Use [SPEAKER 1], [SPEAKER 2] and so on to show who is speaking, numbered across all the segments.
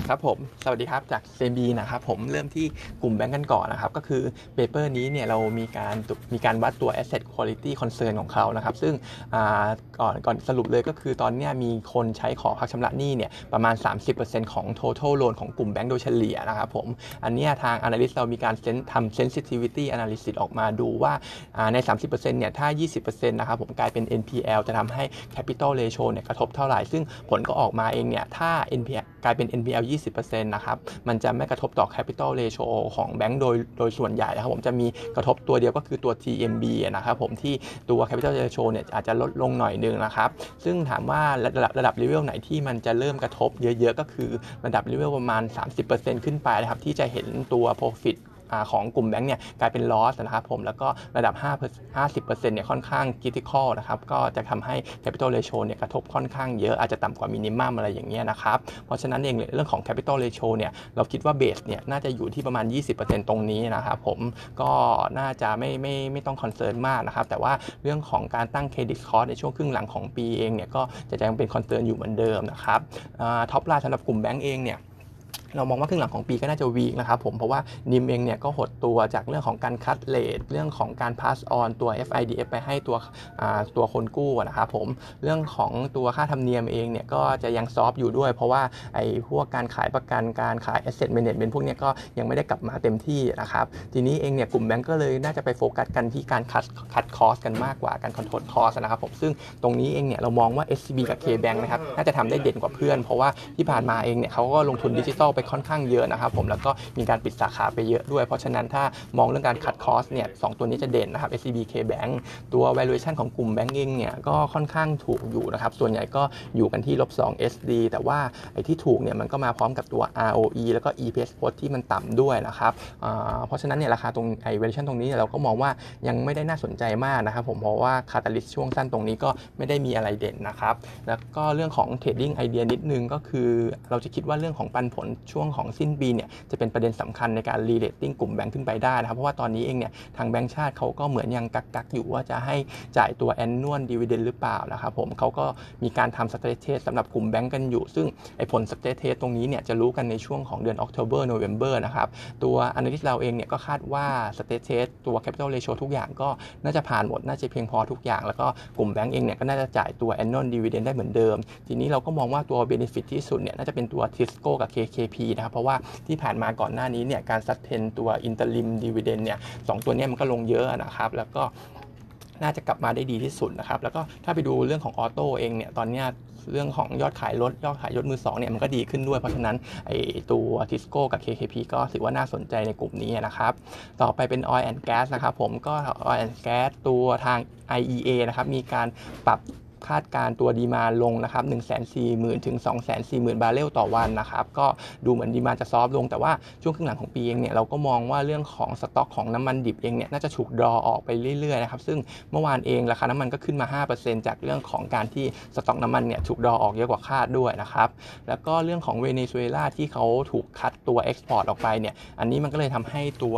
[SPEAKER 1] ครับผมสวัสดีครับจาก CMB นะครับผมเริ่มที่กลุ่มแบงก์กันก่อนนะครับก็คือเปเปอร์นี้เนี่ยเรามีการวัดตัว Asset Quality Concern ของเขานะครับซึ่งก่อนสรุปเลยก็คือตอนนี้มีคนใช้ขอพักชำระหนี้เนี่ยประมาณ 30% ของ Total Loan ของกลุ่มแบงก์โดยเฉลี่ยนะครับผมอันนี้ทาง Analyst เรามีการทำ Sensitivity Analysis ออกมาดูว่าใน 30% เนี่ยถ้า 20% นะครับผมกลายเป็น NPL จะทำให้ Capital Ratio เนี่ยกระทบเท่าไหร่ซึ่งผลก็ออกมาเองเนี่ยถ้า NPL กลายเป็น NPL 20% นะครับมันจะไม่กระทบต่อ Capital Ratio ของแบงก์โดยส่วนใหญ่นะครับผมจะมีกระทบตัวเดียวก็คือตัว TMB นะครับผมที่ตัว Capital Ratio เนี่ยอาจจะลดลงหน่อยนึงนะครับซึ่งถามว่าระดับเลเวลไหนที่มันจะเริ่มกระทบเยอะๆก็คือระดับเลเวลประมาณ 30% ขึ้นไปนะครับที่จะเห็นตัว Profitของกลุ่มแบงก์เนี่ยกลายเป็น loss นะครับผมแล้วก็ระดับ 50% เนี่ยค่อนข้าง critical นะครับก็จะทำให้ capital ratio เนี่ยกระทบค่อนข้างเยอะอาจจะต่ำกว่า minimum อะไรอย่างเงี้ยนะครับเพราะฉะนั้นเองเรื่องของ capital ratio เนี่ยเราคิดว่า base เนี่ยน่าจะอยู่ที่ประมาณ 20% ตรงนี้นะครับผมก็น่าจะไม่ต้อง concern มากนะครับแต่ว่าเรื่องของการตั้ง credit cost ในช่วงครึ่งหลังของปีเองเนี่ยก็จะยังเป็น concern อยู่เหมือนเดิมนะครับtop line สำหรับกลุ่มแบงก์เองเนี่ยเรามองว่าครึ่งหลังของปีก็น่าจะวีคนะครับผมเพราะว่านิมเองเนี่ยก็หดตัวจากเรื่องของการคัทเรทเรื่องของการ pass on ตัว FIDF ไปให้ตัวคนกู้นะครับผมเรื่องของตัวค่าธรรมเนียมเองเนี่ยก็จะยังซอฟอยู่ด้วยเพราะว่าไอ้พวกการขายประกันการขาย asset management พวกนี้ก็ยังไม่ได้กลับมาเต็มที่นะครับทีนี้เองเนี่ยกลุ่มแบงก์ก็เลยน่าจะไปโฟกัสกันที่การคัดคอสกันมากกว่าการคอนโทรลคอสนะครับผมซึ่งตรงนี้เองเนี่ยเรามองว่า SCB กับ KBank นะครับน่าจะทำได้เด่นกว่าเพื่อนเพราะว่าที่ผ่านมาเองเนี่ยเขาก็ลงทุนดิจิทัลไปค่อนข้างเยอะนะครับผมแล้วก็มีการปิดสาขาไปเยอะด้วยเพราะฉะนั้นถ้ามองเรื่องการคัดคอสเนี่ย2ตัวนี้จะเด่นนะครับ SCB KBank ตัว valuation ของกลุ่ม banking เนี่ยก็ค่อนข้างถูกอยู่นะครับส่วนใหญ่ก็อยู่กันที่ -2 SD แต่ว่าไอ้ที่ถูกเนี่ยมันก็มาพร้อมกับตัว ROE แล้วก็ EPS post ที่มันต่ำด้วยนะครับเพราะฉะนั้นเนี่ยราคาตรงไอ้ valuation ตรงนี้เราก็มองว่ายังไม่ได้น่าสนใจมากนะครับผมเพราะว่า catalyst ช่วงสั้นตรงนี้ก็ไม่ได้มีอะไรเด่นนะครับแล้วก็เรื่องของ trading idea นิดนึงก็คือเราจะคิดว่าเรื่องของปันผลช่วงของสิ้นปีเนี่ยจะเป็นประเด็นสำคัญในการรีเรตติ้งกลุ่มแบงค์ขึ้นไปได้นะครับเพราะว่าตอนนี้เองเนี่ยทางแบงก์ชาติเขาก็เหมือนยังกักอยู่ว่าจะให้จ่ายตัว annual dividend หรือเปล่านะครับผมเขาก็มีการทำ stress test สำหรับกลุ่มแบงก์กันอยู่ซึ่งไอ้ผล stress test ตรงนี้เนี่ยจะรู้กันในช่วงของเดือน October November นะครับตัว analyst เราเองเนี่ยก็คาดว่า stress test ตัว capital ratio ทุกอย่างก็น่าจะผ่านหมดน่าจะเพียงพอทุกอย่างแล้วก็กลุ่มแบงก์เองเนี่ยก็น่าจะจ่ายตัว annual dividend ได้เหมือนเดิมทีนี้เราก็มองว่าตัว benefit ที่สุดเนี่ยน่าจะเป็นตัว Tisco กับ KKP นะครับเพราะว่าที่ผ่านมาก่อนหน้านี้เนี่ยการซัสเทนตัว interim dividend เนี่ย2ตัวนี้มันก็ลงเยอะนะครับแล้วก็น่าจะกลับมาได้ดีที่สุดนะครับแล้วก็ถ้าไปดูเรื่องของออโต้เองเนี่ยตอนนี้เรื่องของยอดขายรถมือ2เนี่ยมันก็ดีขึ้นด้วยเพราะฉะนั้นไอตัว Tisco กับ KKP ก็ถือว่าน่าสนใจในกลุ่มนี้นะครับต่อไปเป็น Oil and Gas นะครับผมก็ Oil and Gas ตัวทาง IEA นะครับมีการปรับคาดการตัวดีมาลงนะครับ 140,000 ถึง 240,000 บาร์เรลต่อวันนะครับก็ดูเหมือนดีมาจะซอฟลงแต่ว่าช่วงครึ่งหลังของปีเองเนี่ยเราก็มองว่าเรื่องของสต็อกของน้ำมันดิบเองเนี่ยน่าจะถูกดรอออกไปเรื่อยๆนะครับซึ่งเมื่อวานเองราคาน้ำมันก็ขึ้นมา 5% จากเรื่องของการที่สต็อกน้ำมันเนี่ยถูกดรอออกเยอะกว่าคาดด้วยนะครับแล้วก็เรื่องของเวเนซุเอลาที่เขาถูกคัดตัวเอ็กซ์พอร์ตออกไปเนี่ยอันนี้มันก็เลยทำให้ตัว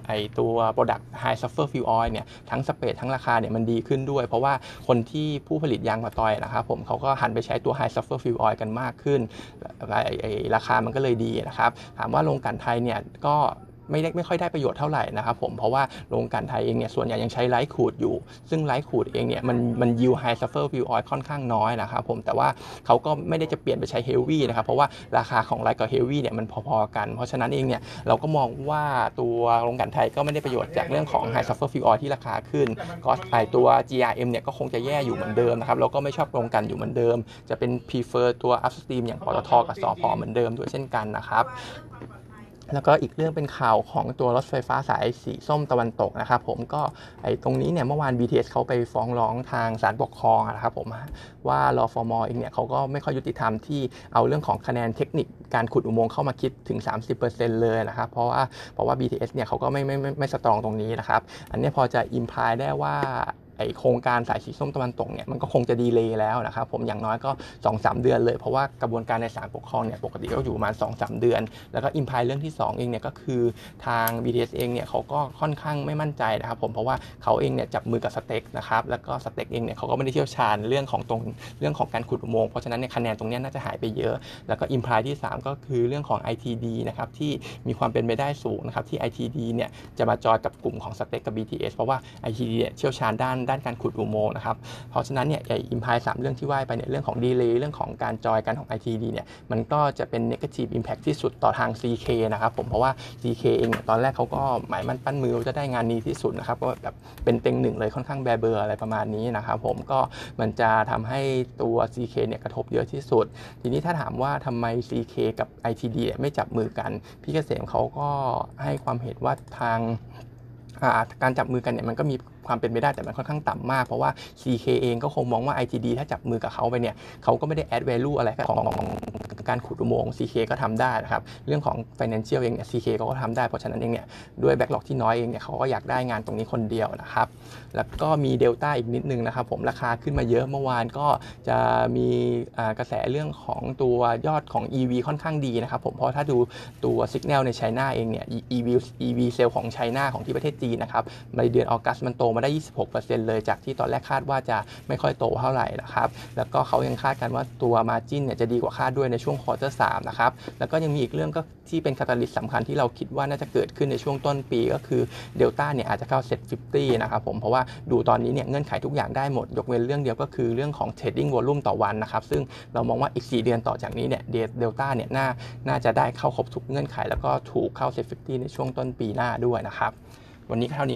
[SPEAKER 1] product high sulfur fuel oil เนี่ยทั้งสเปรดทั้งราคาเนี่ยมันดีขึ้นด้วยเพราะว่าคนที่ผู้ผลิตยางมะตอยนะครับผมเขาก็หันไปใช้ตัว high sulfur fuel oil กันมากขึ้นราคามันก็เลยดีนะครับถามว่าโรงกลั่นไทยเนี่ยก็ไม่ค่อยได้ประโยชน์เท่าไหร่นะครับผมเพราะว่าโรงกลั่นไทยเองเนี่ยส่วนใหญ่ยังใช้ไลท์ขูดอยู่ซึ่งไลท์ขูดเองเนี่ยมันยิว high sulfur fuel oil ค่อนข้างน้อยนะครับผมแต่ว่าเขาก็ไม่ได้จะเปลี่ยนไปใช้ heavy นะครับเพราะว่าราคาของไลท์กับ heavy เนี่ยมันพอๆกันเพราะฉะนั้นเองเนี่ยเราก็มองว่าตัวโรงกลั่นไทยก็ไม่ได้ประโยชน์จากเรื่องของ high sulfur fuel oil ที่ราคาขึ้นก็ตัว GRM เนี่ยก็คงจะแย่อยู่เหมือนเดิมนะครับเราก็ไม่ชอบโรงกลั่นอยู่เหมือนเดิมจะเป็น prefer ตัว upstream อย่างปตทกับสผเหมือนเดิมด้วยเช่นกันนะครับแล้วก็อีกเรื่องเป็นข่าวของตัวรถไฟฟ้าสายสีส้มตะวันตกนะครับผมก็ตรงนี้เนี่ยเมื่อวาน BTS เขาไปฟ้องร้องทางศาลปกครองนะครับผมว่ารฟม.เองเนี่ยเขาก็ไม่ค่อยยุติธรรมที่เอาเรื่องของคะแนนเทคนิคการขุดอุโมงค์เข้ามาคิดถึง 30% เลยนะครับเพราะว่า BTS เนี่ยเขาก็ไม่สตรองตรงนี้นะครับอันนี้พอจะ imply ได้ว่าโครงการสายสีส้มตะวันตกเนี่ยมันก็คงจะดีเลย์แล้วนะครับผมอย่างน้อยก็ 2-3 เดือนเลยเพราะว่ากระบวนการในศาลปกครองเนี่ยปกติก็อยู่ประมาณ 2-3 เดือนแล้วก็อิมพายเรื่องที่2เองเนี่ยก็คือทาง BTS เองเนี่ยเขาก็ค่อนข้างไม่มั่นใจนะครับผมเพราะว่าเขาเองเนี่ยจับมือกับสเต็กนะครับแล้วก็สเต็กเองเนี่ยเขาก็ไม่ได้เชี่ยวชาญเรื่องของการขุดอุโมงค์เพราะฉะนั้นเนี่ยคะแนนตรงนี้น่าจะหายไปเยอะแล้วก็อิมพายที่3ก็คือเรื่องของ ITD นะครับที่มีความเป็นไปได้สูงนะครับที่ ITD เนี่ยจะมาจอยกับกลุ่มของสเต็กกับ BTS เพราะว่า ITD เนี่ยเชี่ยวชาญด้านการขุดอุโมงค์นะครับเพราะฉะนั้นเนี่ยอิมพาย3เรื่องที่ว่าไปเนี่ยเรื่องของดีเลย์เรื่องของการจอยกันของ ITD เนี่ยมันก็จะเป็น negative impact ที่สุดต่อทาง CK นะครับผมเพราะว่า CK เองเนี่ยตอนแรกเขาก็หมายมั่นปั้นมือจะได้งานนี้ที่สุดนะครับก็แบบเป็นเต็งหนึ่งเลยค่อนข้างแบเบอร์อะไรประมาณนี้นะครับผมก็มันจะทำให้ตัว CK เนี่ยกระทบเยอะที่สุดทีนี้ถ้าถามว่าทำไม CK กับ ITD ไม่จับมือกันพี่เกษมเขาก็ให้ความเห็นว่าทางการจับมือกันเนี่ยมันก็มีความเป็นไปได้แต่มันค่อนข้างต่ำมากเพราะว่า CK เองก็คงมองว่า ITD ถ้าจับมือกับเขาไปเนี่ยเขาก็ไม่ได้ add value อะไรของการขุดอุโมงค์ CK ก็ทำได้นะครับเรื่องของ financial เองเนี่ย CK ก็ทำได้เพราะฉะนั้นเองเนี่ยด้วย backlog ที่น้อยเองเนี่ยเขาก็อยากได้งานตรงนี้คนเดียวนะครับแล้วก็มี Delta อีกนิดนึงนะครับผมราคาขึ้นมาเยอะเมื่อวานก็จะมีกระแสเรื่องของตัวยอดของ EV ค่อนข้างดีนะครับผมเพราะถ้าดูตัว Signal ในไชน่าเองเนี่ย EV เซลล์ของไชน่าของที่ประเทศจีนนะครับในเดือนออกัสมันโตมาได้ 26% เลยจากที่ตอนแรกคาดว่าจะไม่ค่อยโตเท่าไหร่นะครับแล้วก็เขายังคาดกันว่าตัว Margin เนี่ยจะดีกว่าคาดด้วยในช่วง Quarter 3นะครับแล้วก็ยังมีอีกเรื่องก็ที่เป็น Catalyst สำคัญที่เราคิดว่าน่าจะเกิดขึ้นในช่วงต้นปีก็คือ Delta เนี่ยอาจจะเข้า Set 50นะครับผมเพราะว่าดูตอนนี้เนี่ยเงื่อนไขทุกอย่างได้หมดยกเว้นเรื่องเดียวก็คือเรื่องของ Trading Volume ต่อวันนะครับซึ่งเรามองว่าอีก4เดือนต่อจากนี้เนี่ย Delta เนี่ยน่าจะได้เข้าครบทุกเงื่อนไขแล้วก็ถูกเข้า Set 50ในช่วงต้นปีหน้าด้วยนะครับวันนี้เท่านี้